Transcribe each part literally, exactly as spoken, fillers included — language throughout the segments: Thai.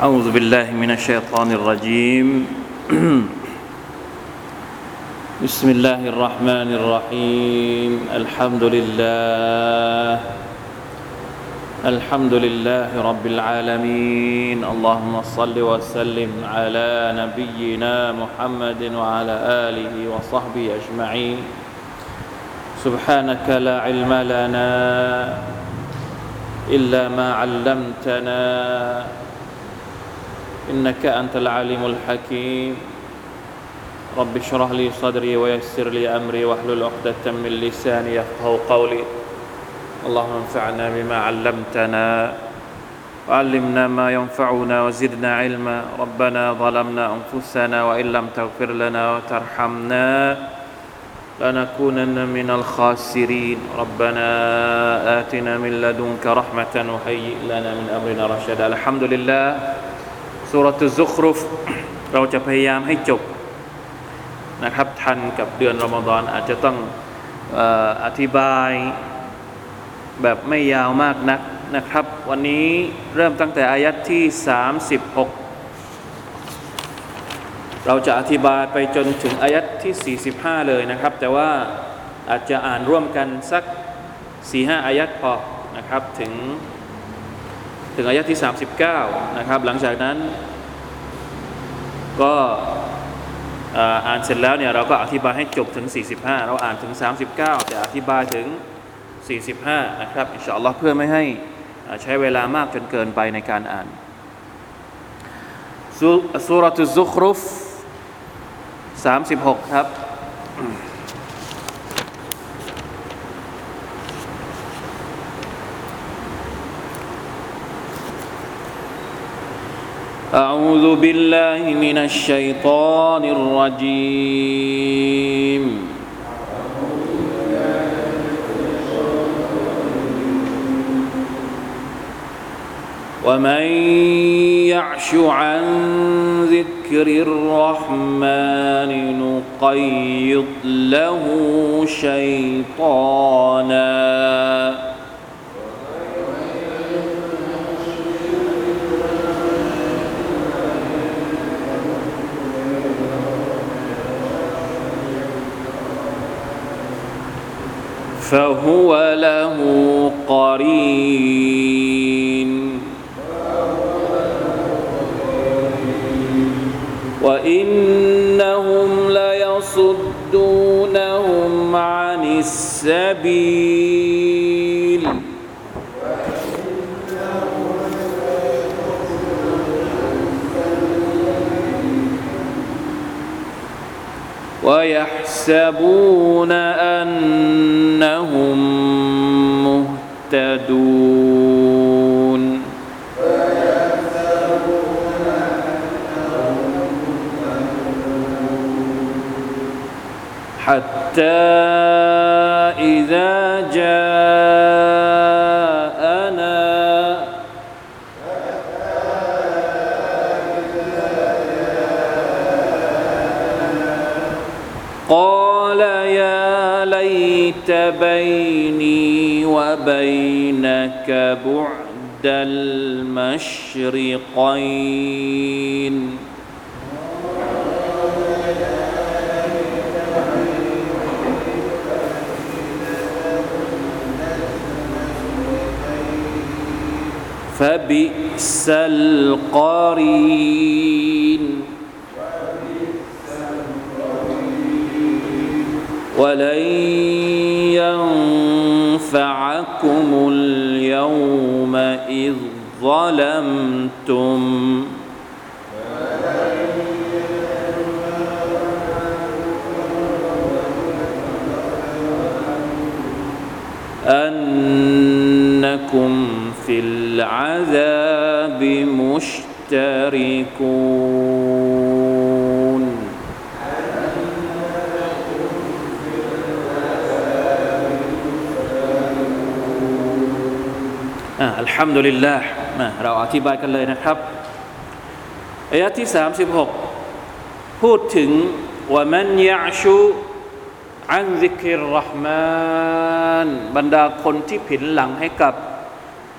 أعوذ بالله من الشيطان الرجيم بسم الله الرحمن الرحيم الحمد لله الحمد لله رب العالمين اللهم صل وسلم على نبينا محمد وعلى آله وصحبه أجمعين سبحانك لا علم لنا إلا ما علمتنا إنك أنت العليم الحكيم رب اشرح لي صدري ويسر لي أمري واحلل عقدة من لساني يفقهوا قولي اللهم انفعنا بما علمتنا وعلمنا ما ينفعنا وزدنا علما ربنا ظلمنا أنفسنا وإن لم تغفر لنا وترحمنا لنكونن من الخاسرين ربنا آتنا من لدنك رحمة وهيئ لنا من أمرنا رشدا الحمد للهซูเราะตุซุครุฟเราจะพยายามให้จบนะครับทันกับเดือนรอมฎอนอาจจะต้องเอ่ออธิบายแบบไม่ยาวมากนักนะครับวันนี้เริ่มตั้งแต่อายัดที่สามสิบหกเราจะอธิบายไปจนถึงอายัดที่สี่สิบห้าเลยนะครับแต่ว่าอาจจะอ่านร่วมกันสัก สี่ห้า อายัดพอนะครับถึงถึงอายะห์ที่สามสิบเก้านะครับหลังจากนั้นก็อ่านเสร็จแล้วเนี่ยเราก็อธิบายให้จบถึงสี่สิบห้าเราอ่านถึงสามสิบเก้าแต่อธิบายถึงสี่สิบห้านะครับอินชาอัลลอฮ์เพื่อไม่ให้ใช้เวลามากจนเกินไปในการอ่านซูเราะตุซุครุฟสามสิบหกครับأعوذ بالله من الشيطان الرجيم ومن يعش عن ذكر الرحمن نقيض له شيطانا فهو له قرين وإنهم ليصدونهم عن السبيل ويحسبون أنهم مهتدون حتى إذا جاءنا قال يا ليت بيني وبينك بعد المشرقين فبئس القرين ولن ينفعكم اليوم إذ ظلمتم أنكم في العذاب مشتركونอัลฮัมดุลิลลาห์มาเราอธิบายกันเลยนะครับอายะห์ที่สามสิบหกพูดถึงวะมันยะชูอันซิกริรเราะห์มานบรรดาคนที่ผินหลังให้กับ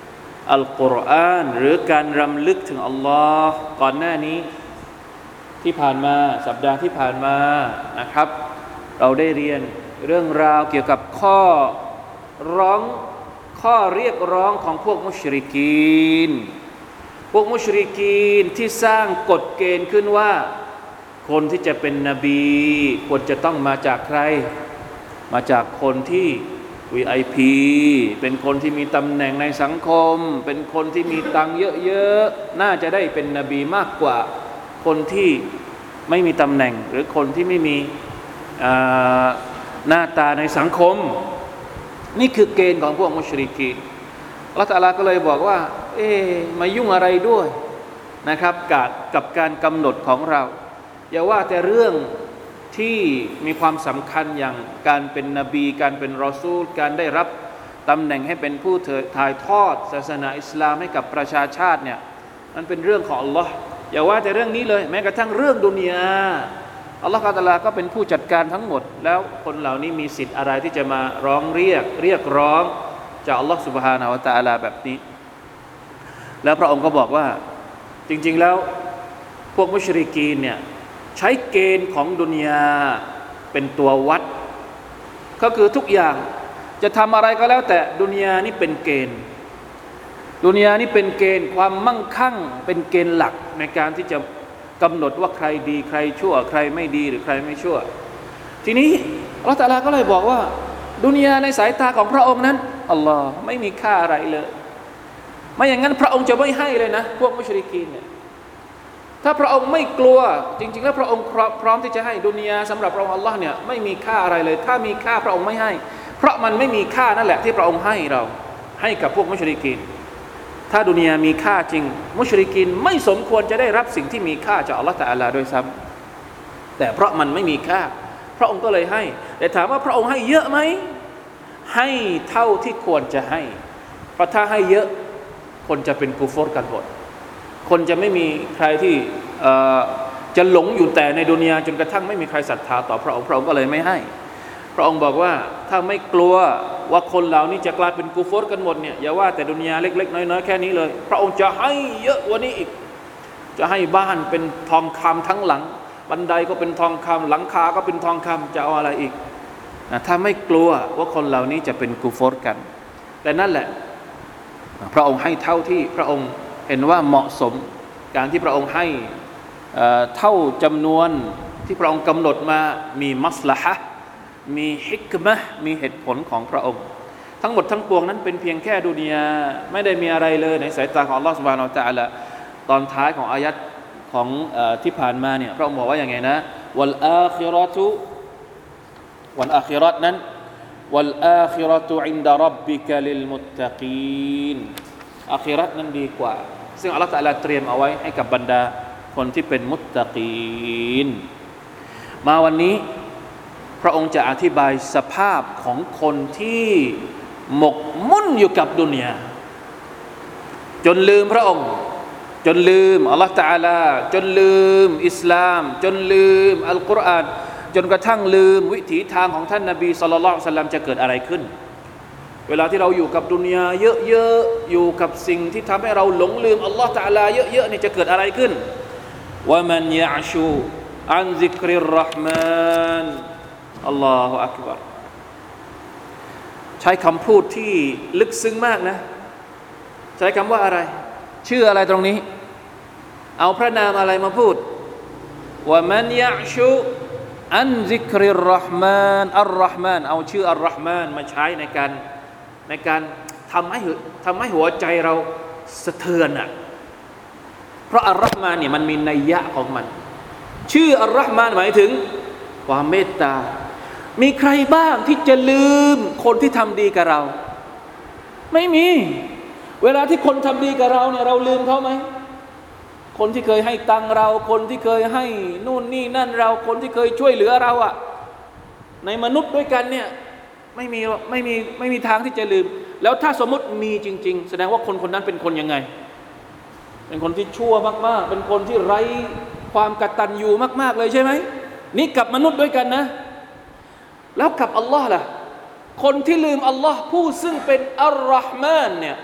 อัลกุรอานหรือการรำลึกถึงอัลลอฮ์ก่อนหน้านี้ที่ผ่านมาสัปดาห์ที่ผ่านมานะครับเราได้เรียนเรื่องราวเกี่ยวกับข้อร้องข้อเรียกร้องของพวกมุชริกีนพวกมุชริกีนที่สร้างกฎเกณฑ์ขึ้นว่าคนที่จะเป็นนบีควรจะต้องมาจากใครมาจากคนที่ วี ไอ พี เป็นคนที่มีตำแหน่งในสังคมเป็นคนที่มีตังค์เยอะๆน่าจะได้เป็นนบีมากกว่าคนที่ไม่มีตำแหน่งหรือคนที่ไม่มีหน้าตาในสังคมนี่คือเกณฑ์ของพวกมุชริกีนอัลเลาะห์ตะอาลาก็เลยบอกว่าเอ๊ะมายุ่งอะไรด้วยนะครับกับกับการกำหนดของเราอย่าว่าแต่เรื่องที่มีความสำคัญอย่างการเป็นนบีการเป็นรอซูลการได้รับตำแหน่งให้เป็นผู้ถ่ายทอดศาสนาอิสลามให้กับประชาชาติเนี่ยมันเป็นเรื่องของอัลลอฮ์อย่าว่าแต่เรื่องนี้เลยแม้กระทั่งเรื่องดุนยาอัลลอฮ์ตะอาลาก็เป็นผู้จัดการทั้งหมดแล้วคนเหล่านี้มีสิทธิ์อะไรที่จะมาร้องเรียกเรียกร้องจากอัลลอฮ์ซุบฮานะฮูวะตะอาลาแบบนี้แล้วพระองค์ก็บอกว่าจริงๆแล้วพวกมุชริกีนเนี่ยใช้เกณฑ์ของดุนยาเป็นตัววัดก็คือทุกอย่างจะทำอะไรก็แล้วแต่ดุนยานี่เป็นเกณฑ์ดุนยานี่เป็นเกณฑ์ความมั่งคั่งเป็นเกณฑ์หลักในการที่จะกำหนดว่าใครดีใครชั่วใครไม่ดีหรือใครไม่ชั่วทีนี้อัลเลาะห์ตะอาลาก็เลยบอกว่าดุนยาในสายตาของพระองค์นั้นอัลลอฮ์ไม่มีค่าอะไรเลยไม่อย่างนั้นพระองค์จะไม่ให้เลยนะพวกมุชริกีนเนี่ยถ้าพระองค์ไม่กลัวจริงๆแล้วพระองค์พร้อมที่จะให้ดุนยาสำหรับพระองค์อัลลอฮ์เนี่ยไม่มีค่าอะไรเลยถ้ามีค่าพระองค์ไม่ให้เพราะมันไม่มีค่านั่นแหละที่พระองค์ให้เราให้กับพวกมุชริกีนถ้าดุนยามีค่าจริงมุชริกีนไม่สมควรจะได้รับสิ่งที่มีค่าจากอัลลอฮ์ตะอาลาโดยซ้ำแต่เพราะมันไม่มีค่าพระองค์ก็เลยให้แต่ถามว่าพระองค์ให้เยอะไหมให้เท่าที่ควรจะให้เพราะถ้าให้เยอะคนจะเป็นกุฟรกันหมดคนจะไม่มีใครที่จะหลงอยู่แต่ในดุนยาจนกระทั่งไม่มีใครศรัทธาต่อพระองค์พระองค์ก็เลยไม่ให้พระองค์บอกว่าถ้าไม่กลัวว่าคนเหล่านี้จะกลายเป็นกุฟรกันหมดเนี่ยอย่าว่าแต่ดุนยาเล็กๆน้อยๆแค่นี้เลยพระองค์จะให้เยอะกว่านี้อีกจะให้บ้านเป็นทองคำทั้งหลังบันไดก็เป็นทองคำหลังคาก็เป็นทองคำจะเอาอะไรอีกนะถ้าไม่กลัวว่าคนเหล่านี้จะเป็นกุฟรกันแต่นั่นแหละพระองค์ให้เท่าที่พระองค์เห็นว่าเหมาะสมการที่พระองค์ให้เท่าจำนวนที่พระองค์กำหนดมามีมัสละฮะห์มีฮิกมะห์มีเหตุผลของพระองค์ทั้งหมดทั้งปวงนั้นเป็นเพียงแค่ดุนยาไม่ได้มีอะไรเลยในสายตาของอัลลอฮฺซุบฮานะฮูวะตะอาลาตอนท้ายของอายัดของที่ผ่านมาเนี่ยพระองค์บอกว่าอย่างไงนะวัลอาคิเราะตุวัลอาคิเราะห์นั้นวัลอาคิเราะตุอินดะร็อบบิกะลิลมุตตะกีนอาคิเราะห์นั้นดีกว่าซึ่งอัลลอฮฺตะอาลาเตรียมเอาไว้ให้กับบรรดาคนที่เป็นมุตตะกีนมาวันนี้พระองค์จะอธิบายสภาพของคนที่หมกมุ่นอยู่กับดุนยาจนลืมพระองค์จนลืมอัลลอฮฺตะอาลาจนลืมอิสลามจนลืมอัลกุรอานจนกระทั่งลืมวิถีทางของท่านนบีศ็อลลัลลอฮุอะลัยฮิวะซัลลัมจะเกิดอะไรขึ้นเวลาที่เราอยู่กับดุนยาเยอะๆอยู่กับสิ่งที่ทำให้เราหลงลืมอัลลอฮฺตะอาลาเยอะๆนี่จะเกิดอะไรขึ้นวะมันยะชูอันซิกริรเราะห์มานอัลลอฮฺอักบัรใช้คำพูดที่ลึกซึ้งมากนะใช้คำว่าอะไรชื่ออะไรตรงนี้เอาพระนามอะไรมาพูดว่ามันยะชูอันซิกริรเราะห์มานอัลเราะห์มานเอาชื่ออัลเราะห์มานมาใช้ในการในการทำให้ทำให้หัวใจเราสะเทือนอ่ะเพราะอัลเราะห์มานเนี่ยมันมีนัยยะของมันชื่ออัลเราะห์มานหมายถึงความเมตตามีใครบ้างที่จะลืมคนที่ทำดีกับเราไม่มีเวลาที่คนทำดีกับเราเนี่ยเราลืมเขาไหมคนที่เคยให้ตังเราคนที่เคยให้นู่นนี่นั่นเราคนที่เคยช่วยเหลือเราอะในมนุษย์ด้วยกันเนี่ยไม่มีไม่มีไม่มีทางที่จะลืมแล้วถ้าสมมติมีจริงๆแสดงว่าคนคนนั้นเป็นคนยังไงเป็นคนที่ชั่วมากๆเป็นคนที่ไร้ความกตัญญูมากๆเลยใช่ไหมนี่กับมนุษย์ด้วยกันนะแล้วกับอัลลอฮ์ล่ะคนที่ลืมอัลลอฮ์ผู้ซึ่งเป็นอัลเราะห์มานเนี่ย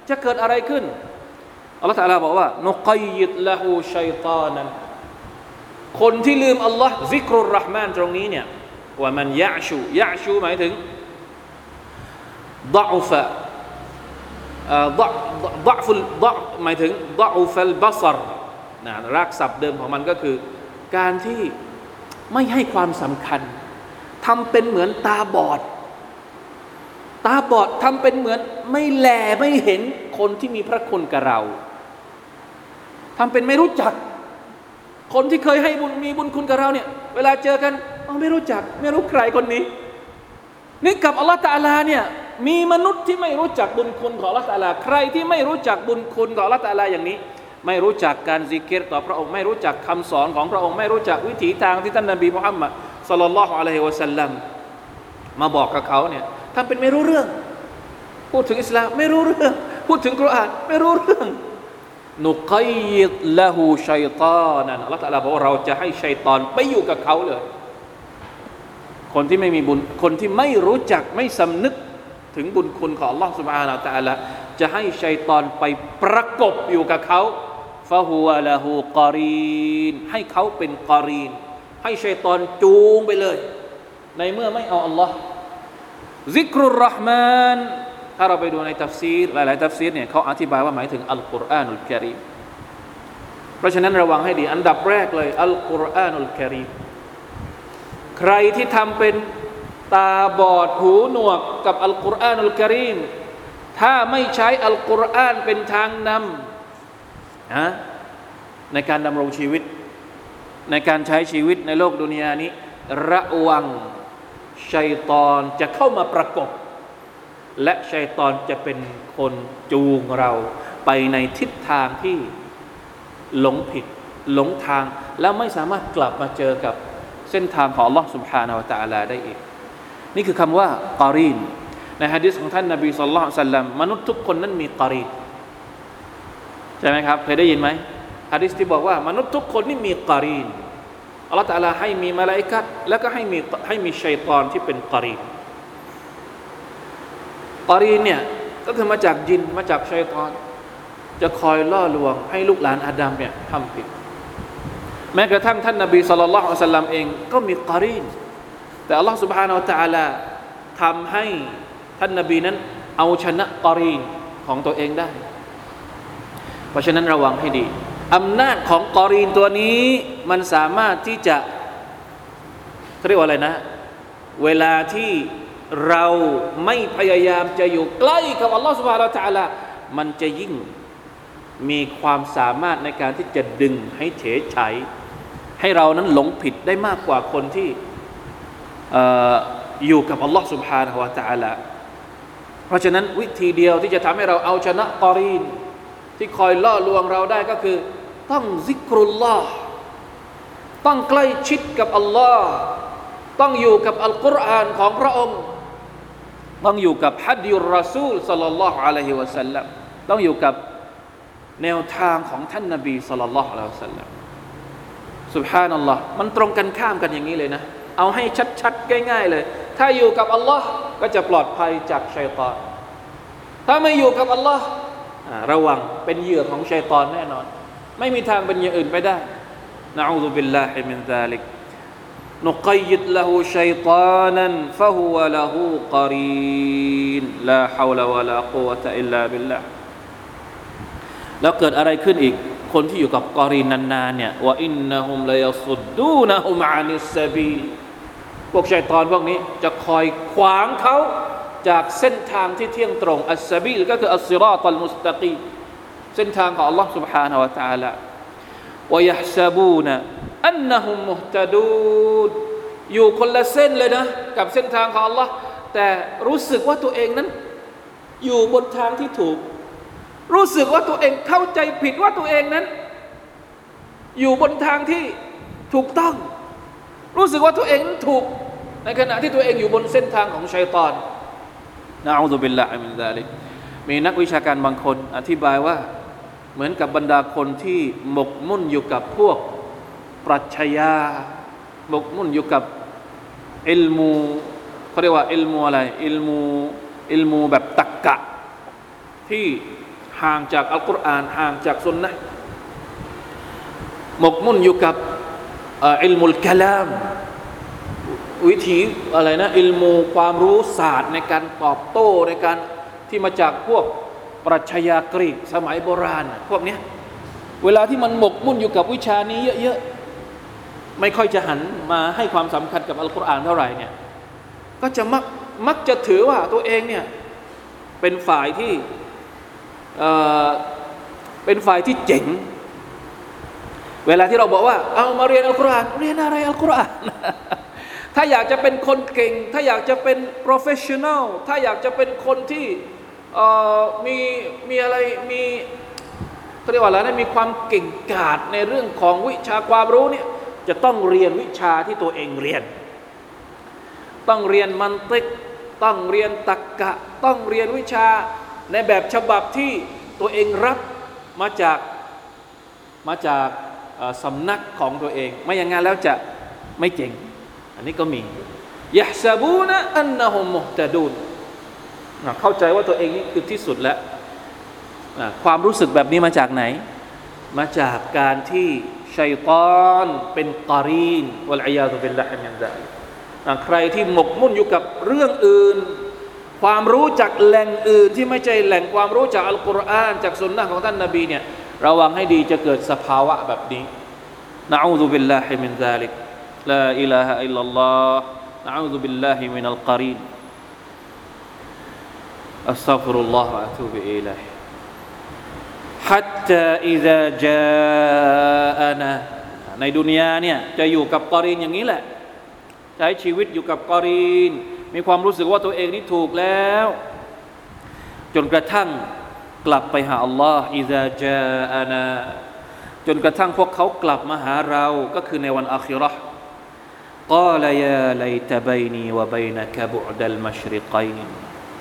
จะเกิดอะไรขึ้นอัลลอฮฺตะอาลาบอกว่านุกัยยิดละฮูชัยฏอนันคนที่ลืมอัลลอฮ์ซิกรุรเราะห์มานตรงนี้เนี่ยว่ามันยะชูยะชูหมายถึงضعف ضعف ضعف หมายถึง ضعف البصر นะรากศัพท์เดิมของมันก็คือการที่ไม่ให้ความสำคัญทำเป็นเหมือนตาบอดตาบอดทำเป็นเหมือนไม่แลไม่เห็นคนที่มีพระคุณกับเราทำเป็นไม่รู้จักคนที่เคยให้บุญมีบุญคุณกับเราเนี่ยเวลาเจอกันอ๋อไม่รู้จักไม่รู้ใครคนนี้นี่กับอัลลอฮฺตะอาลาเนี่ยมีมนุษย์ที่ไม่รู้จักบุญคุณของอัลลอฮฺตะอาลาใครที่ไม่รู้จักบุญคุณของอัลลอฮฺตะอาลาอย่างนี้ไม่รู้จักการซิกรต่อพระองค์ไม่รู้จักคำสอนของพระองค์ไม่รู้จักวิถีทางที่ท่านนบีมุฮัมมัดศ็อลลัลลอฮุอะลัยฮิวะซัลลัมมาบอกกับเขาเนี่ยทำเป็นไม่รู้เรื่องพูดถึงอิสลามไม่รู้เรื่องพูดถึงกุรอานไม่รู้เรื่องนุกัยยิดละฮูชัยฏอนันอัลเลาะห์ตะอาลาบอกว่าเราจะให้ชัยฏอนไปอยู่กับเขาเลยคนที่ไม่มีบุญคนที่ไม่รู้จักไม่สำนึกถึงบุญคุณของอัลเลาะห์ซุบฮานะฮูวะตะอาลาจะให้ชัยฏอนไปประกบอยู่กับเขาฟะฮุวะละฮูกอรีนให้เขาเป็นกอรีนให้ชัยฏอนจูงไปเลยในเมื่อไม่เอาอัลเลาะห์ซิกรุรเราะห์มานถ้าเราไปดูในตัฟซีรหลายๆตัฟซีรเนี่ยเขาอธิบายว่าหมายถึงอัลกุรอานุลกะรีมเพราะฉะนั้นระวังให้ดีอันดับแรกเลยอัลกุรอานุลกะรีมใครที่ทำเป็นตาบอดหูหนวกกับอัลกุรอานุลกะรีมถ้าไม่ใช้อัลกุรอานเป็นทางนำนะในการดำรงชีวิตในการใช้ชีวิตในโลกดุนยานี้ระวังชัยฏอนจะเข้ามาประกบและชัยฏอนจะเป็นคนจูงเราไปในทิศทางที่หลงผิดหลงทางแล้วไม่สามารถกลับมาเจอกับเส้นทางของอัลลอฮฺ سبحانه และ تعالى ได้อีกนี่คือคำว่ากอรีนในหะดีษของท่านนบีศ็อลลัลลอฮุอะลัยฮิวะซัลลัมมนุษย์ทุกคนนั้นมีกอรีนใช่ไหมครับเคยได้ยินไหมหะดีษที่บอกว่ามนุษย์ทุกคนนี่มีกอรีนอัลลอฮฺตะอาลาให้มีมลาอิกะฮ์แล้วก็ให้มีให้มีชัยฏอนที่เป็นกอรีนกอรีนเนี่ยก็คือมาจากยินมาจากชัยฏอนจะคอยล่อลวงให้ลูกหลานอาดัมเนี่ยทำผิดแม้กระทั่งท่านนบีศ็อลลัลลอฮุอะลัยฮิวะซัลลัมเองก็มีกอรีนแต่อัลลอฮฺ سبحانه และ تعالى ทำให้ท่านนบีนั้นเอาชนะกอรีนของตัวเองได้เพราะฉะนั้นระวังให้ดีอำนาจของกอรีนตัวนี้มันสามารถที่จะเรียกว่าอะไรนะเวลาที่เราไม่พยายามจะอยู่ใกล้กับอัลลอฮฺ سبحانه และ تعالى มันจะยิ่งมีความสามารถในการที่จะดึงให้เฉยไฉให้เรานั้นหลงผิดได้มากกว่าคนที่เอ่ออยู่กับอัลลอฮฺ سبحانه และ تعالى เพราะฉะนั้นวิธีเดียวที่จะทำให้เราเอาชนะกอรีนที่คอยล่อลวงเราได้ก็คือต้องซิกรุลลอฮ์ต้องใกล้ชิดกับอัลลอฮ์ต้องอยู่กับอัลกุรอานของพระองค์ต้องอยู่กับฮัดยุรรอซูลศ็อลลัลลอฮุอะลัยฮิวะซัลลัมต้องอยู่กับแนวทางของท่านนบีศ็อลลัลลอฮุอะลัยฮิวะซัลลัมซุบฮานัลลอฮ์มันตรงกันข้ามกันอย่างนี้เลยนะเอาให้ชัดๆง่ายๆเลยถ้าอยู่กับอัลลอฮ์ก็จะปลอดภัยจากชัยฏอนถ้าไม่อยู่กับอัลลอฮ์ระวังเป็นเหยื่อของชัยฏอนแน่นอนไม่มีทางเป็นอย่างอื่นไปได้นะอูซุบิลลาฮิมินซาลิกนุกัยยิดละฮูชัยฏอนันฟะฮุวะละฮูกอรีนลาฮาวละวะลากุวะตะอิลลาบิลลาห์แล้วเกิดอะไรขึ้นอีกคนที่อยู่กับกอรีนนานๆเนี่ยว่าอินนะฮุมละยัซุดดูนะฮุมอานิสซะบีลพวกชัยฏอนพวกนี้จะคอยขวางเขาจากเส้นทางที่เที่ยงตรงอัสซะบีลก็คืออัสซิรอตัลมุสตะกีมเส้นทางของอัลลอฮ์ سبحانه และ تعالى วะยะห์ซะบูนะอันนะฮุมมุฮตะดูนอยู่คนละเส้นเลยนะกับเส้นทางของอัลลอฮ์แต่รู้สึกว่าตัวเองนั้นอยู่บนทางที่ถูกรู้สึกว่าตัวเองเข้าใจผิดว่าตัวเองนั้นอยู่บนทางที่ถูกต้องรู้สึกว่าตัวเองนั้นถูกในขณะที่ตัวเองอยู่บนเส้นทางของชัยฏอนนะอูซุบิลลาฮิมินซาลิกมีนักวิชาการบางคนอธิบายว่าเหมือนกับบรรดาคนที่หมกมุ่นอยู่กับพวกปรัชญาหมกมุ่นอยู่กับอิลมูเขาเรียกว่าอิลมูอะไรอิลมูอิลมูแบบตรรกะที่ห่างจากอัลกุรอานห่างจากซุนนะห์หมกมุ่นอยู่กับอิลมุลกะลามวิธีอะไรนะอิลมูความรู้ศาสตร์ในการตอบโต้ในการที่มาจากพวกปรัชญากรีกสมัยโบราณพวกนี้เวลาที่มันหมกมุ่นอยู่กับวิชานี้เยอะๆไม่ค่อยจะหันมาให้ความสำคัญกับอัลกุรอานเท่าไหร่เนี่ยก็จะมักมักจะถือว่าตัวเองเนี่ยเป็นฝ่ายที่เอ่อเป็นฝ่ายที่เจ๋งเวลาที่เราบอกว่าเอามาเรียนอัลกุรอานเรียนอะไรอัลกุรอานถ้าอยากจะเป็นคนเก่งถ้าอยากจะเป็น professional ถ้าอยากจะเป็นคนที่มีมีอะไรมีเขาเรียกว่าอะไรนะมีความเก่งกาจในเรื่องของวิชาความรู้เนี่ยจะต้องเรียนวิชาที่ตัวเองเรียนต้องเรียนมันติกต้องเรียนตรรกะต้องเรียนวิชาในแบบฉบับที่ตัวเองรับมาจากมาจากสำนักของตัวเองไม่อย่างนั้นแล้วจะไม่เจ๋งอันนี้ก็มียะฮ์ซะบูนะอันนะฮุมมุฮตะดูนเข้าใจว่าตัวเองนี่คือที่สุดแล้วความรู้สึกแบบนี้มาจากไหนมาจากการที่ชัยฏอนเป็นกอรีนวัลอียาซุบิลลาฮิมินซาลิกใครที่หมกมุ่นอยู่กับเรื่องอื่นความรู้จากแหล่งอื่นที่ไม่ใช่แหล่งความรู้จากอัลกุรอานจากสุนนะของท่านนบีเนี่ยระวังให้ดีจะเกิดสภาวะแบบนี้นะอูซุบิลลาฮิมินซาลิกลาอิลาฮะอิลลัลลอฮ์นะอูซุบิลลาฮิมินัลกอรีนอัสตัฆฟิรุลลอฮ์วะอะตูบิอิลัยฮิحتى إذا جاءنا ในดุนยาเนี่ยจะอยู่กับกอรีนอย่างนี้แหละใช้ชีวิตอยู่กับกอรีนมีความรู้สึกว่าตัวเองนี่ถูกแล้วจนกระทั่งกลับไปหาอัลลอฮ์อิซาจาอานาจนกระทั่งพวกเขากลับมาหาเราก็คือในวันอาคิเราะห์กาลยาไลตะบัยนีวะบัยนะกะบุอดัลมัชริกัยน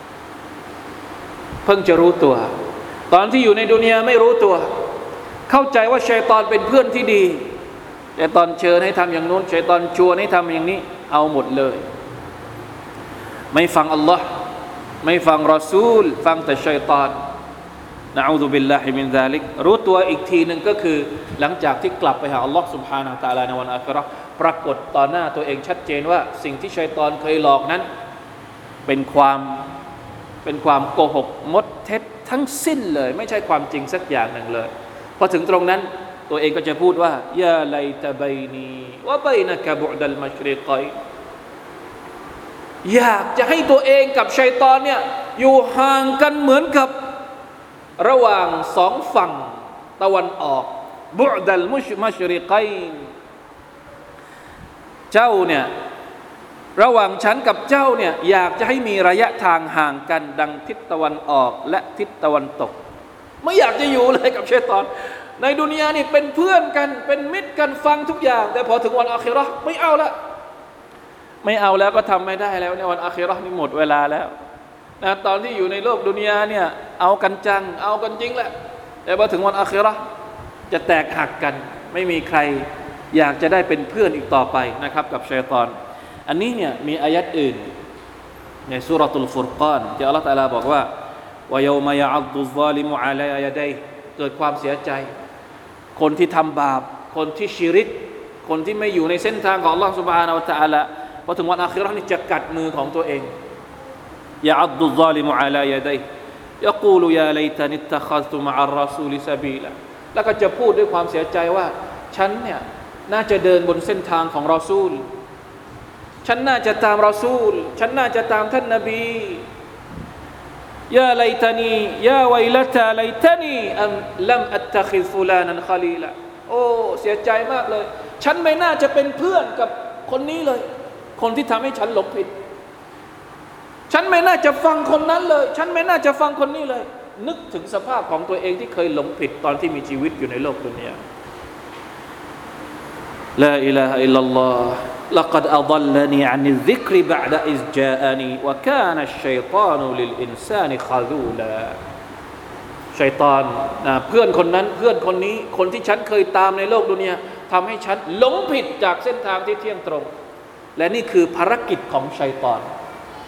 เพิ่งจะรู้ตัวตอนที่อยู่ในดุนยาไม่รู้ตัวเข้าใจว่าชัยฏอนเป็นเพื่อนที่ดีแต่ตอนเชิญให้ทำอย่างนู้นชัยฏอนชวนให้ทำอย่างนี้เอาหมดเลยไม่ฟังอัลลอฮ์ไม่ฟังรอซูลฟังแต่ชัยฏอนนะอูซุบิลลาฮิมินซาลิกรู้ตัวอีกทีนึงก็คือหลังจากที่กลับไปหาอัลลอฮ์ซุบฮานะฮูวะตะอาลาในวันอาคิเราะห์ปรากฏต่อหน้าตัวเองชัดเจนว่าสิ่งที่ชัยฏอนเคยหลอกนั้นเป็นความเป็นความโกหกมดเท็จทั้งสิ้นเลยไม่ใช่ความจริงสักอย่างหนึ่งเลยพอถึงตรงนั้นตัวเองก็จะพูดว่ายาไลตะบัยนีวะบัยนะกะบุอดัลมัชริกัยอยากจะให้ตัวเองกับชัยฏอนเนี่ยอยู่ห่างกันเหมือนกับระหว่างสองฝั่งตะวันออกบุอดัลมัชริกัยเจ้าเนี่ยระหว่างฉันกับเจ้าเนี่ยอยากจะให้มีระยะทางห่างกันดังทิศตะวันออกและทิศตะวันตกไม่อยากจะอยู่เลยกับชัยฏอนในดุนยานี่เป็นเพื่อนกันเป็นมิตรกันฟังทุกอย่างแต่พอถึงวันอาคิเราะห์ไม่เอาละไม่เอาแล้วก็ทำไม่ได้แล้วในวันอาคิเราะห์นี่หมดเวลาแล้วนะตอนที่อยู่ในโลกดุนยาเนี่ยเอากันจังเอากันจริงแหละแต่พอถึงวันอาคิเราะห์จะแตกหักกันไม่มีใครอยากจะได้เป็นเพื่อนอีกต่อไปนะครับกับชัยฏอนอันนี้เนี่ยมีอายัดอื่นในซูเราะตุลฟุรกานที่อัลเลาะห์ตะอาลาบอกว่าวะยอมะยะอัฎฎุซอลิมุอะลายะดัยเกิดความเสียใจคนที่ทำบาปคนที่ชิริกคนที่ไม่อยู่ในเส้นทางของอัลเลาะห์ซุบฮานะฮูวะตะอาลาพอถึงวันอาคิเราะห์นี่จะกัดมือของตัวเองยะอัฎฎุซอลิมุอะลายะดัยยะกูลุยาไลตานิตตะคัซตุมะอัรรอซูลิซะบีละแล้วก็จะพูดด้วยความเสียใจว่าฉันเนี่ยน่าจะเดินบนเส้นทางของรอซูลฉันน่าจะตามรอซูลฉันน่าจะตามท่านนบียาไลตานียาวัยละตาไลตานีอัมลัมอัตตะคิซฟุลานันคอลีละโอ้เสียใจมากเลยฉันไม่น่าจะเป็นเพื่อนกับคนนี้เลยคนที่ทำให้ฉันหลงผิดฉันไม่น่าจะฟังคนนั้นเลยฉันไม่น่าจะฟังคนนี้เลยนึกถึงสภาพของตัวเองที่เคยหลงผิดตอนที่มีชีวิตอยู่ในโลกดุนยาลาอิลาฮะอิลลัลลอฮ์لقد أضلني عن الذكر بعد إذ جاءني وكان الشيطان للإنسان خذولا ชัยฏอนนะเพื่อนคนนั้นเพื่อนคนนี้คนที่ฉันเคยตามในโลกดุนยาทำให้ฉันหลงผิดจากเส้นทางที่เที่ยงตรงและนี่คือภารกิจของชัยฏอน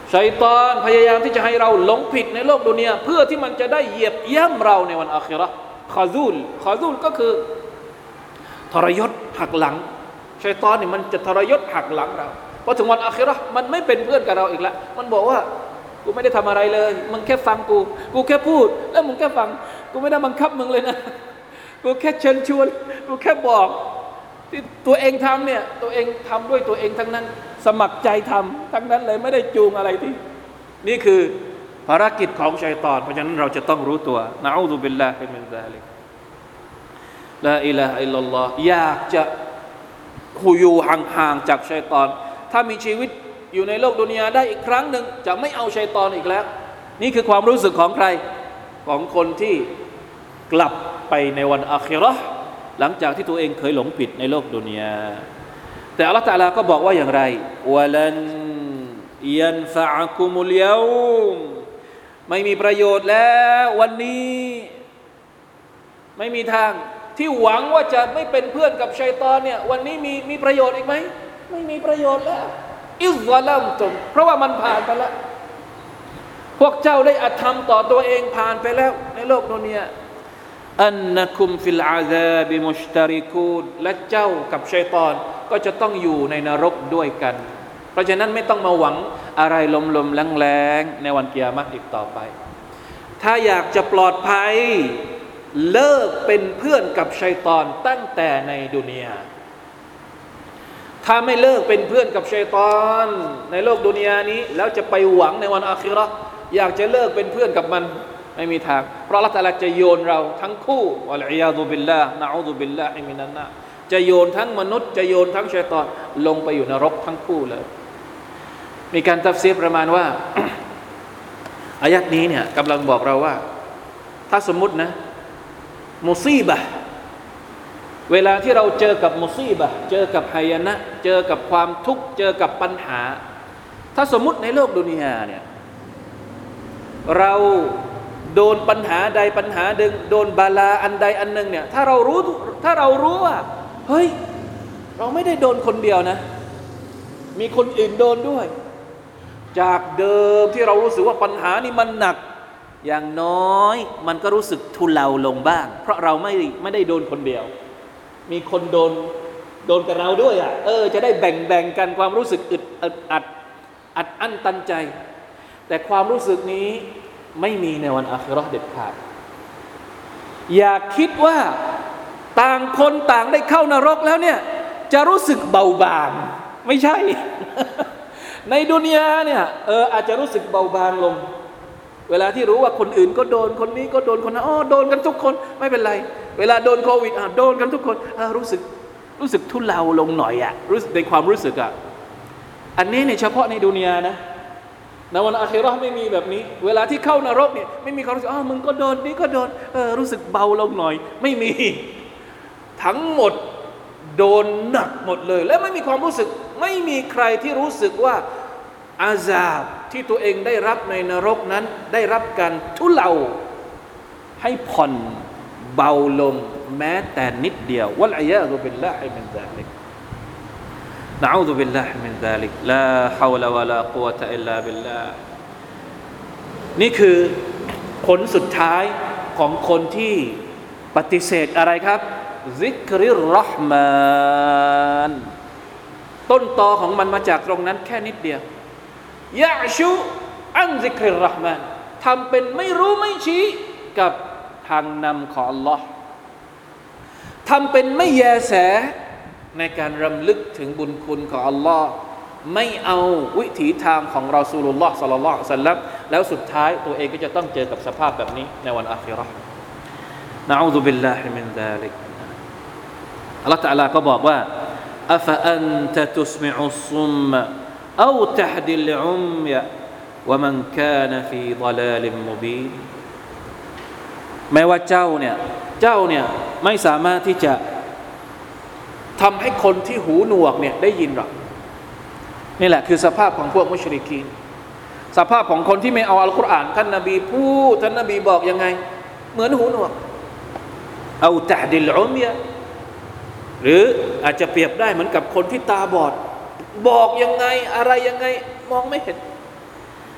ชัยฏอนพยายามที่จะให้เราหลงผิดในโลกดุนยาเพื่อที่มันจะได้เหยียบย่ำเราในวันอาคิเราะห์คอซูลคอซูลก็คือทรยศหักหลังชัยฏอนนี่มันจะทรยศหักหลังเราพอถึงวันอาคิเราะห์มันไม่เป็นเพื่อนกับเราอีกแล้วมันบอกว่ากูไม่ได้ทำอะไรเลยมึงแค่ฟังกูกูแค่พูดแล้วมึงแค่ฟังกูไม่ได้บังคับมึงเลยนะกูแค่เชิญชวนกูแค่บอกที่ตัวเองทำเนี่ยตัวเองทำด้วยตัวเองทั้งนั้นสมัครใจทำทั้งนั้นเลยไม่ได้จูงอะไรที่นี่คือภารกิจของชัยฏอนเพราะฉะนั้นเราจะต้องรู้ตัวนะอูซุบิลลาฮิมินซาลิกลาอิลาฮะอิลลัลลอฮอยากจะอยู่ห่างๆจากชัยฏอนถ้ามีชีวิตอยู่ในโลกดุนยาได้อีกครั้งหนึ่งจะไม่เอาชัยฏอนอีกแล้วนี่คือความรู้สึกของใครของคนที่กลับไปในวันอาคิเราะห์หลังจากที่ตัวเองเคยหลงผิดในโลกดุนยาแต่อัลเลาะห์ตะอาลาก็บอกว่าอย่างไรวะลันยันฟะอะกุมุลยอมไม่มีประโยชน์แล้ววันนี้ไม่มีทางที่หวังว่าจะไม่เป็นเพื่อนกับชัยฏอนเนี่ยวันนี้มีมีประโยชน์อีกไหมไม่มีประโยชน์แล้วอิซซะลัมตุมเพราะว่ามันผ่านไปแล้วพวกเจ้าได้อธรรมต่อตัวเองผ่านไปแล้วในโลกดุนยาอันนะคุมฟิลอาซาบิมุชตาริกูนและเจ้ากับชัยฏอนก็จะต้องอยู่ในนรกด้วยกันเพราะฉะนั้นไม่ต้องมาหวังอะไรลมๆแรงๆในวันกิยามะห์อีกต่อไปถ้าอยากจะปลอดภัยเลิกเป็นเพื่อนกับชัยฏอนตั้งแต่ในดุนยาถ้าไม่เลิกเป็นเพื่อนกับชัยฏอนในโลกดุนยานี้แล้วจะไปหวังในวันอาคิเราะห์อยากจะเลิกเป็นเพื่อนกับมันไม่มีทางเพราะอัลเลาะห์ตะอาลาจะโยนเราทั้งคู่วัลอียาซุบิลลาฮ์นะอูซุบิลลาฮิมินันนาจะโยนทั้งมนุษย์จะโยนทั้งชัยฏอนลงไปอยู่นรกทั้งคู่เลยมีการตัฟซีรประมาณว่า อายัดนี้เนี่ยกำลังบอกเราว่าถ้าสมมุตินะมุซีบะห์เวลาที่เราเจอกับมุซีบะห์เจอกับหายนะเจอกับความทุกข์เจอกับปัญหาถ้าสมมุติในโลกดุนยาเนี่ยเราโดนปัญหาใดปัญหาหนึ่งโดนบาลาอันใดอันหนึ่งเนี่ยถ้าเรารู้ถ้าเรารู้ว่าเฮ้ยเราไม่ได้โดนคนเดียวนะมีคนอื่นโดนด้วยจากเดิมที่เรารู้สึกว่าปัญหานี่มันหนักอย่างน้อยมันก็รู้สึกทุเลาลงบ้างเพราะเราไม่ไม่ได้โดนคนเดียวมีคนโดนโดนกับเราด้วยอ่ะเออจะได้แบ่งแบ่งกันความรู้สึกอึดอัดอัดอัดอั้นตันใจแต่ความรู้สึกนี้ไม่มีในวันอาคิเราะห์เด็ดขาดอย่าคิดว่าต่างคนต่างได้เข้านรกแล้วเนี่ยจะรู้สึกเบาบางไม่ใช่ ในดุนยาเนี่ยเอออาจจะรู้สึกเบาบางลงเวลาที่รู้ว่าคนอื่นก็โดนคนนี้ก็โดนคนนั้นอ๋อโดนกันทุกคนไม่เป็นไรเวลาโดนโควิดอ่ะโดนกันทุกคนอ่ะรู้สึกรู้สึกทุเลาลงหน่อยอ่ะรู้สึกในความรู้สึกอ่ะอันนี้เนี่ยเฉพาะในดุนยานะในวันอาคิเราะห์ไม่มีแบบนี้เวลาที่เข้านรกเนี่ยไม่มีความรู้สึกอ๋อมึงก็โดนนี่ก็โดนเออรู้สึกเบาลงหน่อยไม่มีทั้งหมดโดนหนักหมดเลยและไม่มีความรู้สึกไม่มีใครที่รู้สึกว่าอาซาบที่ตัวเองได้รับในนรกนั้นได้รับการทุเลาให้ผ่อนเบาลงแม้แต่นิดเดียววัลอียาซุบิลลาฮิมินซาลิกนะอูซุบิลลาฮิมินซาลิกลาฮาวละวะลากุวะตะอิลลาบิลลาห์นี่คือผลสุดท้ายของคนที่ปฏิเสธอะไรครับซิกริรเราะห์มานต้นตอของมันมาจากตรงนั้นแค่นิดเดียวยะชูอันซิกริรเราะห์มานทำเป็นไม่รู้ไม่ชี้กับทางนำของ Allah ทำเป็นไม่แยแสในการรำลึกถึงบุญคุณของ Allah ไม่เอาวิถีทางของรอซูลุลลอฮ์ศ็อลลัลลอฮุอะลัยฮิวะซัลลัมแล้วสุดท้ายตัวเองก็จะต้องเจอกับสภาพแบบนี้ในวันอาคิเราะห์นะอูซุบิลลาฮิมินซาลิกอัลเลาะห์ตะอาลาก็บอกว่าอะฟะอันตะตุสมิอุสซุมมะเอาตะฮดิลอุมยะวะมันกานะฟีฎอลาลิมมุบีนแม้ว่าเจ้าเนี่ยเจ้าเนี่ยไม่สามารถที่จะทำให้คนที่หูหนวกเนี่ยได้ยินหรอกนี่แหละคือสภาพของพวกมุชริกีนสภาพของคนที่ไม่เอาอัลกุรอานท่านนบีพูดท่านนบีบอกยังไงเหมือนหูหนวกเอาตะฮดิลอุมยะหรืออาจจะเปรียบได้เหมือนกับคนที่ตาบอดบอกยังไงอะไรยังไงมองไม่เห็น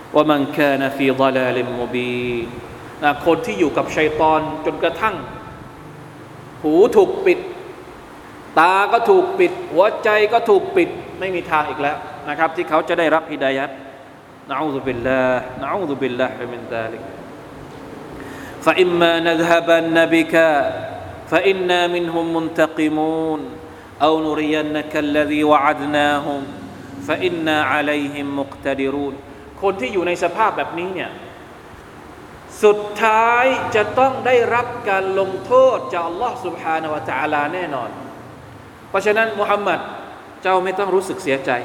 ว่ามันกานะฟีฎอลาลิมมุบีนนะคนที่อยู่กับชัยฏอนจนกระทั่งหูถูกปิดตาก็ถูกปิดหัวใจก็ถูกปิดไม่มีทางอีกแล้วนะครับที่เขาจะได้รับฮิดายะห์นะอูซุบิลลาห์นะอูซุบิลลาฮิมินซาลิกفإما نذهبن بك فإنا منهم منتقمون أو نرينك الذي وعدناهم فإنا عليهم مقتدرون คนที่อยู่ในสภาพแบบนี้เนี่ยสุดท้ายจะต้องได้รับการลงโทษจากอัลลอฮ์ سبحانه และ تعالى แน่นอนเพราะฉะนั้นมุฮัมมัดเจ้าไม่ต้องรู้สึกเสียใจ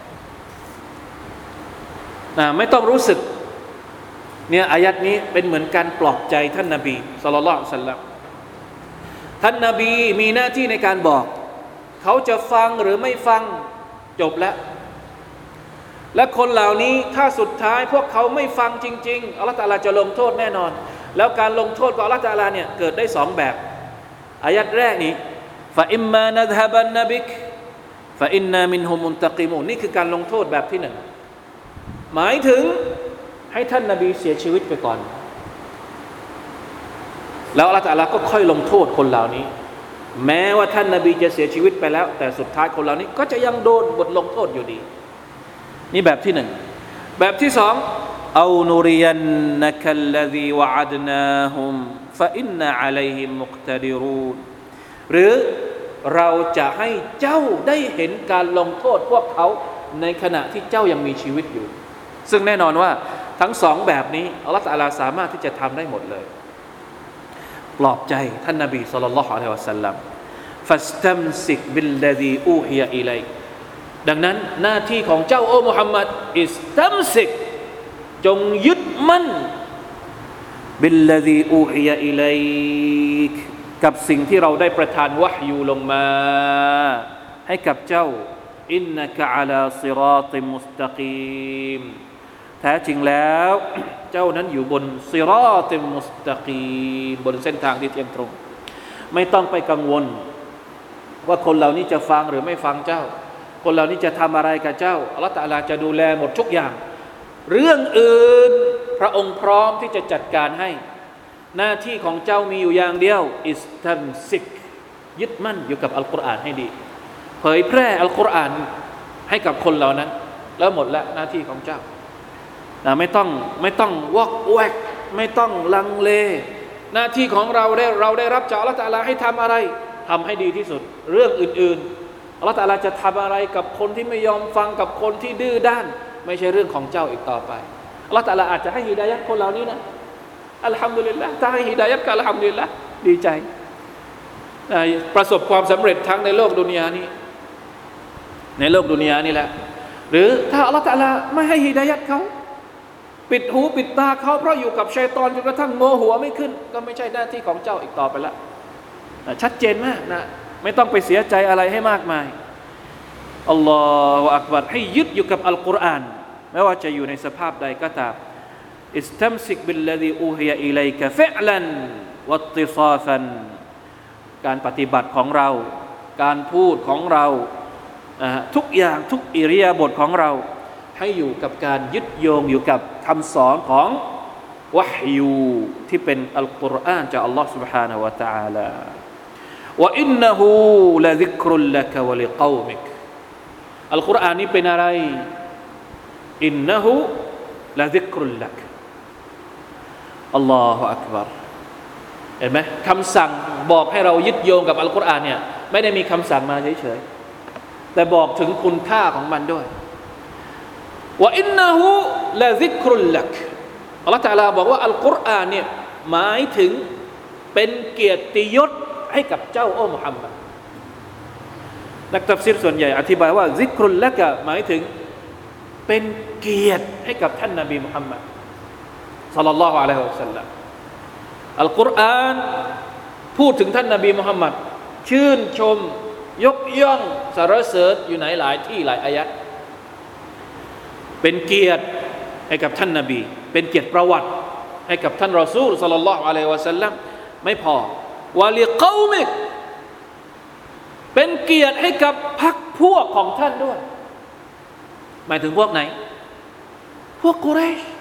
นะไม่ต้องรู้สึกเนี่ยอายัดนี้เป็นเหมือนการปลอบใจท่านนบีศ็อลลัลลอฮุอะลัยฮิวะซัลลัมท่านนบีมีหน้าที่ในการบอกเขาจะฟังหรือไม่ฟังจบแล้วและคนเหล่านี้ถ้าสุดท้ายพวกเขาไม่ฟังจริงๆอัลเลาะห์ตะอาลาจะลงโทษแน่นอนแล้วการลงโทษของอัลเลาะห์ตะอาลาเนี่ยเกิดได้สองแบบอายัดแรกนี้ฟะอิมมานัซฮะบันนบิกฟะอินนามินฮุมมุนตะกิมูนนี่คือการลงโทษแบบที่หนึ่งหมายถึงให้ท่านนบีเสียชีวิตไปก่อนแล้วอัลเลาะห์ตะอาลาก็ค่อยลงโทษคนเหล่านี้แม้ว่าท่านนบีจะเสียชีวิตไปแล้วแต่สุดท้ายคนเหล่านี้ก็จะยังโดนบทลงโทษอยู่ดีนี่แบบที่หนึ่งแบบที่สองเอานูริยันนักัลลซีวะอัดนาฮุมฟะอินนาอะลัยฮิมมุกตะดิรูนหรือเราจะให้เจ้าได้เห็นการลงโทษพวกเขาในขณะที่เจ้ายังมีชีวิตอยู่ซึ่งแน่นอนว่าทั้งสองแบบนี้อัลเลาะห์ตะอาลาสามารถที่จะทำได้หมดเลยปลอบใจท่านนบีศ็อลลัลลอฮุอะลัยฮิวะซัลลัมฟัสตัมซิกบิลลซีอูฮิยะอิลัยดังนั้นหน้าที่ของเจ้าโอ้มุฮัมมัดอิสตัมซิกจงยึดมั่นบิลลซีอูฮิยะอิลัยกับสิ่งที่เราได้ประทานวะฮยูลงมาให้กับเจ้าอินนะกะอะลาศิรอติมุสตะกีมแท้จริงแล้วเจ้านั้นอยู่บนศิรอติมุสตะกีมบนเส้นทางที่เที่ยงตรงไม่ต้องไปกังวลว่าคนเหล่านี้จะฟังหรือไม่ฟังเจ้าคนเหล่านี้จะทำอะไรกับเจ้าอัลเลาะห์ตะอาลาจะดูแลหมดทุกอย่างเรื่องอื่นพระองค์พร้อมที่จะจัดการให้หน้าที่ของเจ้ามีอยู่อย่างเดียวอิสตัมซิกยึดมั่นอยู่กับอัลกุรอานให้ดีเผยแพร่อัลกุรอานให้กับคนเหล่านั้นแล้วหมดละหน้าที่ของเจ้านะไม่ต้องไม่ต้องวอกแวกไม่ต้องลังเลหน้าที่ของเราได้เราได้รับจากอัลเลาะห์ตะอาลาให้ทำอะไรทำให้ดีที่สุดเรื่องอื่นๆอัลเลาะห์ตะอาลาจะทำอะไรกับคนที่ไม่ยอมฟังกับคนที่ดื้อด้านไม่ใช่เรื่องของเจ้าอีกต่อไปอัลเลาะห์ตะอาลาอาจจะให้ฮิดายะห์คนเหล่านี้นะอัลฮัมดุลิลละห์ถ้าให้ฮิดายะห์ก็อัลฮัมดุลิลละห์ดีใจประสบความสำเร็จทั้งในโลกดุนยานี้ในโลกดุนยานี่แหละหรือถ้าอัลเลาะห์ตะอาลาไม่ให้ฮิดายะห์เขาปิดหูปิดตาเขาเพราะอยู่กับชัยฏอนจนกระทั่งโงหัวไม่ขึ้นก็ไม่ใช่หน้าที่ของเจ้าอีกต่อไปละชัดเจนมากนะไม่ต้องไปเสียใจอะไรให้มากมายอัลลอฮฺอักบัรให้ยึดอยู่กับอัลกุรอานไม่ว่าจะอยู่ในสภาพใดก็ตามอิสตัมซิกบิลลซีอูฮิยะอิลัยกะฟิอลันวัตติซาฟันการปฏิบัติของเราการพูดของเราทุกอย่างทุกอิริยาบถของเราให้อยู่กับการยึดโยงอยู่กับคำสอนของวะฮยูที่เป็นอัลกุรอานจากอัลลอฮฺ سبحانه และ تعالى วะอินนะฮูละซิกรุลละกะวะลิกอมิกอัลกุรอานนี้เป็นอะไรอินนะฮูละซิกรุลลักอัลลอฮฺอักบัรเห็นไหมคำสั่งบอกให้เรายึดโยงกับอัลกุรอานเนี่ยไม่ได้มีคำสั่งมาเฉยๆแต่บอกถึงคุณค่าของมันด้วยว่าอินนะฮูละซิกรุลลักอัลเลาะห์ตะอาลาบอกว่าอัลกุรอานเนี่ยหมายถึงเป็นเกียรติยศให้กับเจ้าโอ้มุฮัมมัดนักตัฟซีรส่วนใหญ่อธิบายว่าซิกรุลลักหมายถึงเป็นเกียรติให้กับท่านนบีมุฮัมมัดศ็อลลัลลอฮุอะลัยฮิวะซัลลัมอัลกุรอานพูดถึงท่านนบีมุฮัมมัดชื่นชมยกย่องสรรเสริญอยู่ในหลายที่หลายอายะห์เป็นเกียรติให้กับท่านนบีเป็นเกียรติประวัติให้กับท่านรอซูลศ็อลลัลลอฮุอะลัยฮิวะซัลลัมไม่พอวะลิกอมิกเป็นเกียรติให้กับพรรคพวกของท่านด้วยหมายถึงพวกไหนพวกกุเรช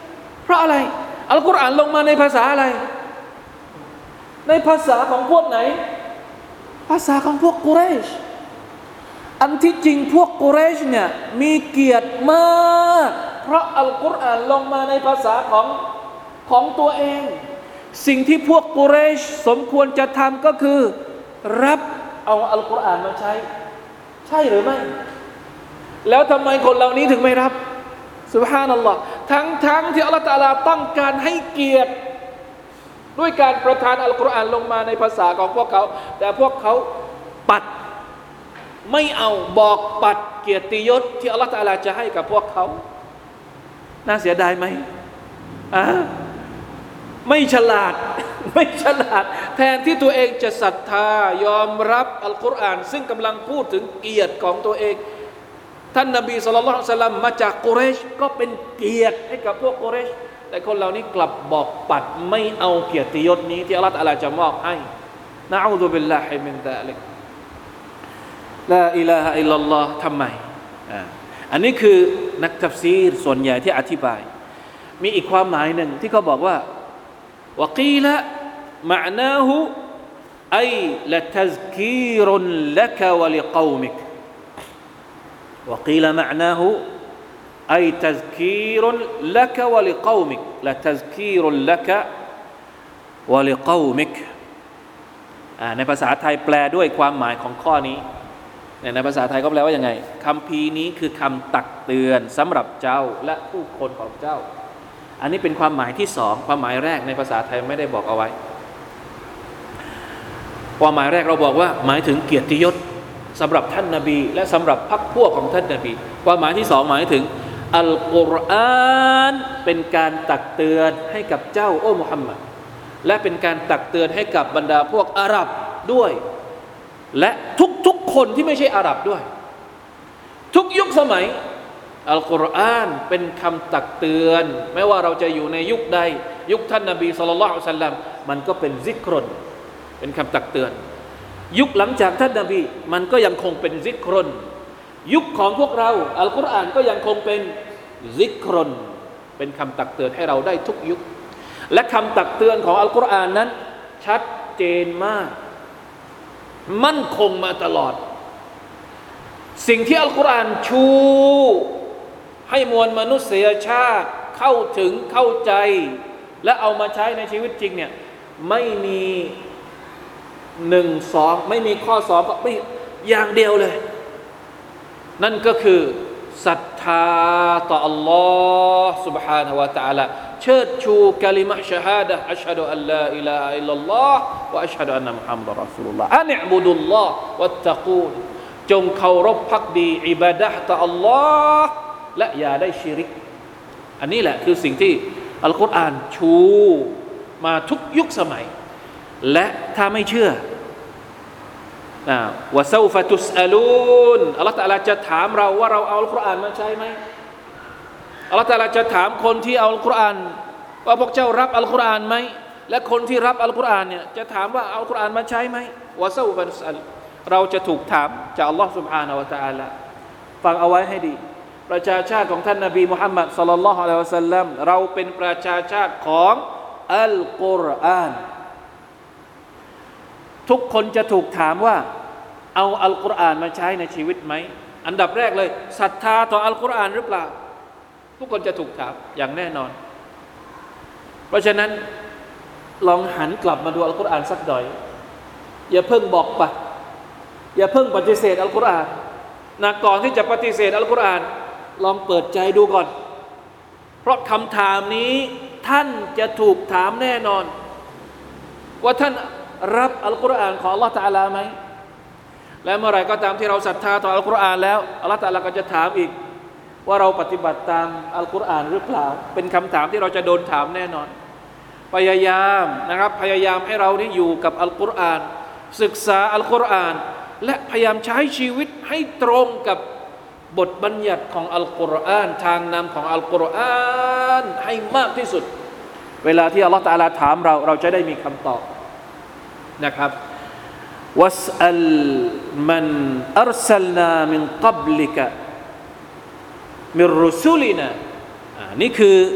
เพราะอะไรอัลกุรอานลงมาในภาษาอะไรในภาษาของพวกไหนภาษาของพวกกุเรชอันที่จริงพวกกุเรชเนี่ยมีเกียรติมากเพราะอัลกุรอานลงมาในภาษาของของตัวเองสิ่งที่พวกกุเรชสมควรจะทำก็คือรับเอาอัลกุรอานมาใช้ใช่หรือไม่แล้วทำไมคนเหล่านี้ถึงไม่รับซุบฮานัลลอฮ์ทั้งทั้งที่อัลเลาะห์ตะอาลาต้องการให้เกียรติด้วยการประทานอัลกุรอานลงมาในภาษาของพวกเขาแต่พวกเขาปัดไม่เอาบอกปัดเกียรติยศที่อัลเลาะห์ตะอาลาจะให้กับพวกเขาน่าเสียดายไหมอ่ะไม่ฉลาดไม่ฉลาดแทนที่ตัวเองจะศรัทธายอมรับอัลกุรอานซึ่งกำลังพูดถึงเกียรติของตัวเองท่านนบีศ็อลลัลลอฮุอะลัยฮิวะซัลลัมมาจากกุเรชก็เป็นเกียรติให้กับพวกกุเรชแต่คนเหล่านี้กลับบอกปัดไม่เอาเกียรติยศนี้ที่อัลเลาะห์ตะอาลาจะมอบให้นะอูซุบิลลาฮิมินซาลิกลาอิลาฮะอิลลัลลอฮ์ทำไมอ่าอันนี้คือนักตัฟซีรส่วนใหญ่ที่อธิบายมีอีกความหมายหนึ่งที่เขาบอกว่าวะกีละมะนาหูไอละตัซกีรุนละกะวะลิกอมิกوقيل معناه أي تذكير لك ولقومك لتذكير لك ولقومك ในภาษาไทยแปลด้วยความหมายของข้อนี้ในภาษาไทยก็แปลว่ายังไงคัมภีร์นี้คือคำตักเตือนสำหรับเจ้าและผู้คนของเจ้าอันนี้เป็นความหมายที่สองความหมายแรกในภาษาไทยไม่ได้บอกเอาไว้ความหมายแรกเราบอกว่าหมายถึงเกียรติยศสำหรับท่านนบีและสำหรับพรรคพวกของท่านนบีความหมายที่สองหมายถึงอัลกุรอานเป็นการตักเตือนให้กับเจ้าโอ้มุฮัมมัดและเป็นการตักเตือนให้กับบรรดาพวกอาหรับด้วยและทุกๆคนที่ไม่ใช่อาหรับด้วยทุกยุคสมัยอัลกุรอานเป็นคำตักเตือนไม่ว่าเราจะอยู่ในยุคใดยุคท่านนบีศ็อลลัลลอฮุอะลัยฮิวะซัลลัมมันก็เป็นซิกรุนเป็นคำตักเตือนยุคหลังจากท่านนบีมันก็ยังคงเป็นซิกรุนยุคของพวกเราอัลกุรอานก็ยังคงเป็นซิกรุนเป็นคำตักเตือนให้เราได้ทุกยุคและคำตักเตือนของอัลกุรอานนั้นชัดเจนมากมั่นคงมาตลอดสิ่งที่อัลกุรอานชูให้มวลมนุษยชาติเข้าถึงเข้าใจและเอามาใช้ในชีวิตจริงเนี่ยไม่มีหนึ่งสองไม่มีข้อสองก็ไม่อย่างเดียวเลยนั่นก็คือศรัทธาต่ออัลลอฮ์ سبحانه และ تعالى เชิดชูกะลิมะฮ์ชะฮาดะฮ์อัชฮะดุอัลลาอิลาฮะอิลลัลลอฮ์วะอัชฮะดุอันนะมุฮัมมัดรอซูลุลลอฮ์อันอิอ์บุดุลลอฮ์วัตตะกูนจงเคารพภักดีอิบาดะห์ต่ออัลลอฮ์และอย่าได้ชิริกอันนี้แหละคือสิ่งที่อัลกุรอานชูมาทุกยุคสมัยและถ้าไม่เชื่อวะซอฟะตุสอะลูนอัลเลาะห์ตะอาลาจะถามเราว่าเราเอาอัลกุรอานมาใช้ไหมอัลเลาะห์ตะอาลาจะถามคนที่เอาอัลกุรอานว่าพวกเจ้ารับอัลกุรอานไหมและคนที่รับอัลกุรอานเนี่ยจะถามว่าเอาอัลกุรอานมาใช้ไหมวะซอฟะตุสอะลเราจะถูกถามจากอัลลอฮ์ سبحانه และ تعالى ฟังเอาไว้ให้ดีประชาชาติของท่านนบีมุฮัมมัดศ็อลลัลลอฮุอะลัยฮิวะซัลลัมเราเป็นประชาชาติของอัลกุรอานทุกคนจะถูกถามว่าเอาอัลกุรอานมาใช้ในชีวิตไหมอันดับแรกเลยศรัทธาต่ออัลกุรอานหรือเปล่าทุกคนจะถูกถามอย่างแน่นอนเพราะฉะนั้นลองหันกลับมาดูอัลกุรอานสักหน่อยอย่าเพิ่งบอกปะอย่าเพิ่งปฏิเสธอัลกุรอานนะก่อนที่จะปฏิเสธอัลกุรอานลองเปิดใจดูก่อนเพราะคำถามนี้ท่านจะถูกถามแน่นอนว่าท่านรับอัลกุรอานของอัลลอฮฺตะอาลาไหมและเมื่อไรก็ตามที่เราศรัทธาต่ออัลกุรอานแล้วอัลลอฮฺตะอาลาก็จะถามอีกว่าเราปฏิบัติตามอัลกุรอานหรือเปล่าเป็นคำถามที่เราจะโดนถามแน่นอนพยายามนะครับพยายามให้เรานี่อยู่กับอัลกุรอานศึกษาอัลกุรอานและพยายามใช้ชีวิตให้ตรงกับบทบัญญัติของอัลกุรอานทางนำของอัลกุรอานให้มากที่สุดเวลาที่อัลลอฮฺตะอาลาถามเราเราจะได้มีคำตอบนะครับวัสอัลมันอัรซัลนามินกับลิกะมินรุซูลินานี่คือ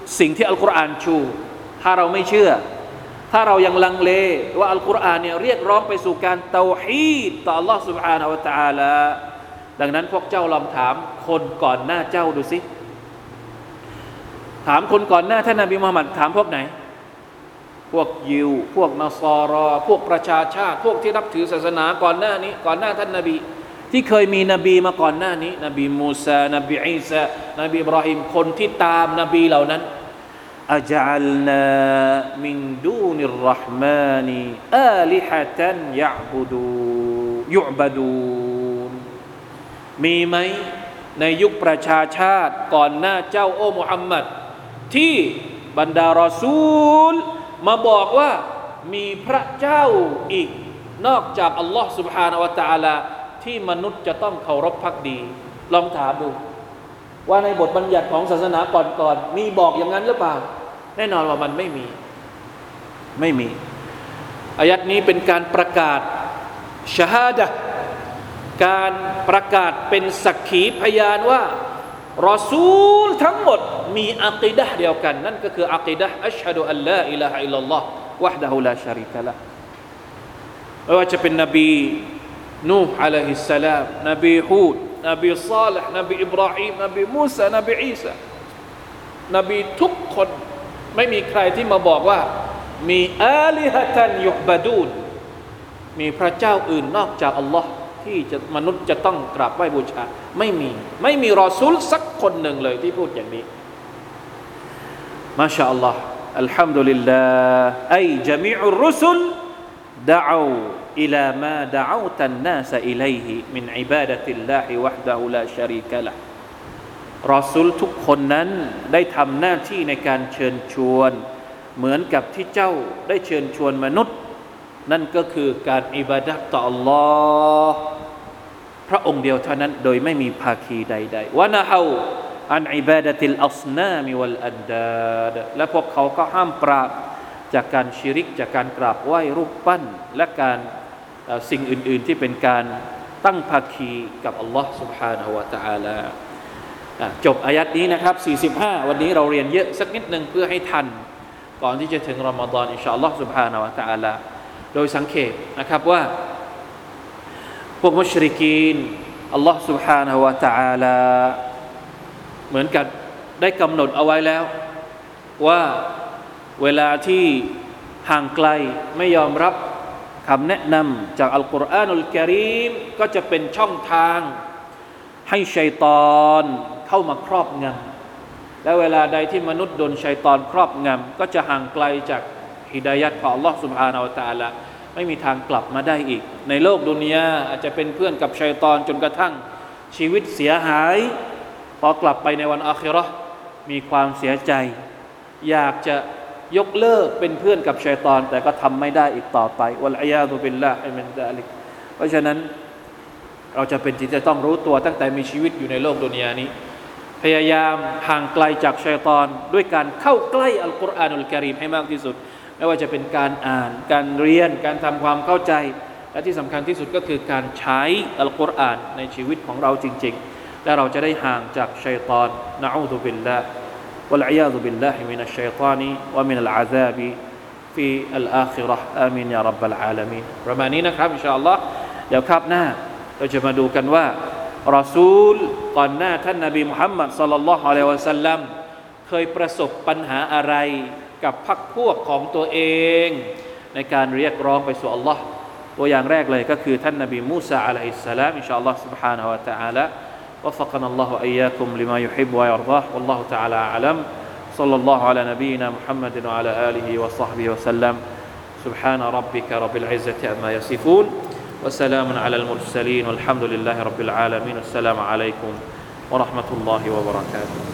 สิ่งที่อัลกุรอานชูถ้าเราไม่เชื่อถ้าเรายังลังเลว่าอัลกุรอานเนี่ยเรียกร้องไปสู่การเตาฮีดต่อ Allah سبحانه และ تعالى ดังนั้นพวกเจ้าลองถามคนก่อนหน้าเจ้าดูสิถามคนก่อนหน้าท่านนบีมุฮัมมัดถามพวกไหนพวกยิวพวกนัสรอพวกประชาชาติพวกที่นับถือศาสนาก่อนหน้านี้ก่อนหน้าท่านนบีที่เคยมีนบีมาก่อนหน้านี้นบีมูซานบีอีสานบีอิบราฮิมคนที่ตามนบีเหล่านั้นอัจอัลนามินดูนิรเราะห์มานีอาลิฮะตันยะบุดูยุบะดูนมีไหมในยุคประชาชาติก่อนหน้าเจ้าโอ้มุฮัมมัดที่บรรดารอซูลมาบอกว่ามีพระเจ้าอีกนอกจากอัลลอฮ์ سبحانه และ تعالى ที่มนุษย์จะต้องเคารพภักดีลองถามดูว่าในบทบัญญัติของศาสนาก่อนๆมีบอกอย่างนั้นหรือเปล่าแน่นอนว่ามันไม่มีไม่มีอายัดนี้เป็นการประกาศชะฮาดะห์การประกาศเป็นสักขีพยานว่ารอซูลทั้งหมดมีอะกีดะห์เดียวกันนั่นก็คืออะกีดะห์อัชฮะดุอัลลาอิลาฮะอิลลัลลอฮ์วะฮ์ดะฮูลาชะรีกะละห์ไม่ว่าจะเป็นนบีนูห์อะลัยฮิสสลามนบีฮูดนบีศอลิห์นบีอิบราฮีมนบีมูซานบีอีสานบีทุกคนไม่มีใครที่มาบอกว่ามีอาลิฮะตันยุบะดูนมีพระเจ้าอื่นนอกจากอัลลอฮ์ที่จะมนุษย์จะต้องกราบไหว้บูชาไม่มีไม่มีรอซูลสักคนหนึ่งเลยที่พูดอย่างนี้มาชาอัลลอฮ์อัลฮัมดุลิลลาห์ไอญะมีอุรรุสุลดะอูอิลามาดะอูตันนาสอิลัยฮิมินอิบาดะติลลาฮิวะฮ์ดะฮูลาชะรีกะละห์รอซูลทุกคนนั้นได้ทำหน้าที่ในการเชิญชวนเหมือนกับที่เจ้าได้เชิญชวนมนุษย์นั่นก็คือการอิบาดะห์ต่อ Allah พระองค์เดียวเท่านั้นโดยไม่มีภาคีใดๆวะนะฮาวอันอิบาดะติลอัศนามิวัลอันดาดและพวกเขาก็ห้ามปรามจากการชิริกจากการกราบไหว้รูปปั้นและการสิ่งอื่นๆที่เป็นการตั้งภาคีกับ Allah سبحانه และ تعالى จบอายัดนี้นะครับสี่สิบห้าวันนี้เราเรียนเยอะสักนิดนึงเพื่อให้ทันก่อนที่จะถึงรอมฎอนอินชาอัลลอฮ์ سبحانه และ تعالى โดยสังเกตนะครับว่าพวกมุชริกีนอัลลอฮ์ سبحانه และ تعالى เหมือนกับได้กำหนดเอาไว้แล้วว่าเวลาที่ห่างไกลไม่ยอมรับคำแนะนำจากอัลกุรอานุลกะรีมก็จะเป็นช่องทางให้ชัยฏอนเข้ามาครอบงำและเวลาใดที่มนุษย์โดนชัยฏอนครอบงำก็จะห่างไกลจากฮิดายัตของอัลลอฮ์ سبحانه และ تعالى ไม่มีทางกลับมาได้อีกในโลกดุนยาอาจจะเป็นเพื่อนกับชัยฏอนจนกระทั่งชีวิตเสียหายพอกลับไปในวันอาคิเราะห์มีความเสียใจอยากจะยกเลิกเป็นเพื่อนกับชัยฏอนแต่ก็ทำไม่ได้อีกต่อไปวัลอียาซุบิลลาฮิมินซาลิกเพราะฉะนั้นเราจะเป็นที่จะต้องรู้ตัวตั้งแต่มีชีวิตอยู่ในโลกดุนยานี้พยายามห่างไกลจากชัยฏอนด้วยการเข้าใกล้อัลกุรอานุลกะรีมให้มากที่สุดไม่ว่าจะเป็นการอ่านการเรียนการทำความเข้าใจและที่สำคัญที่สุดก็คือการใช้อัลกุรอานในชีวิตของเราจริงๆและเราจะได้ห่างจากชัยฏอนนะอูซุบิลลาห์والعياذ بالله من الشيطان ومن العذاب في الآخرة آمين يا رب العالمين ประมาณนี้นะครับอินชาอัลลอฮ์เดี๋ยวครับหน้าเราจะมาดูกันว่ารอซูลก่อนหน้าท่านนบีมุฮัมมัดศ็อลลัลลอฮุอะลัยฮิวะซัลลัมเคยประสบปัญหาอะไรกับพรรคพวกของตัวเองในการเรียกร้องไปสู่อัลลอฮ์ตัวอย่างแรกเลยก็คือท่านนบีมูซาอะลัยฮิสสลามอินชาอัลลอฮ์ سبحانه และ تعالى وفقنا الله وإياكم لما يحب ويرضاه والله تعالى أعلم صلى الله على نبينا محمد وعلى آله وصحبه وسلم سبحان ربك رب العزة عما يصفون وسلام على المرسلين والحمد لله رب العالمين السلام عليكم ورحمة الله وبركاته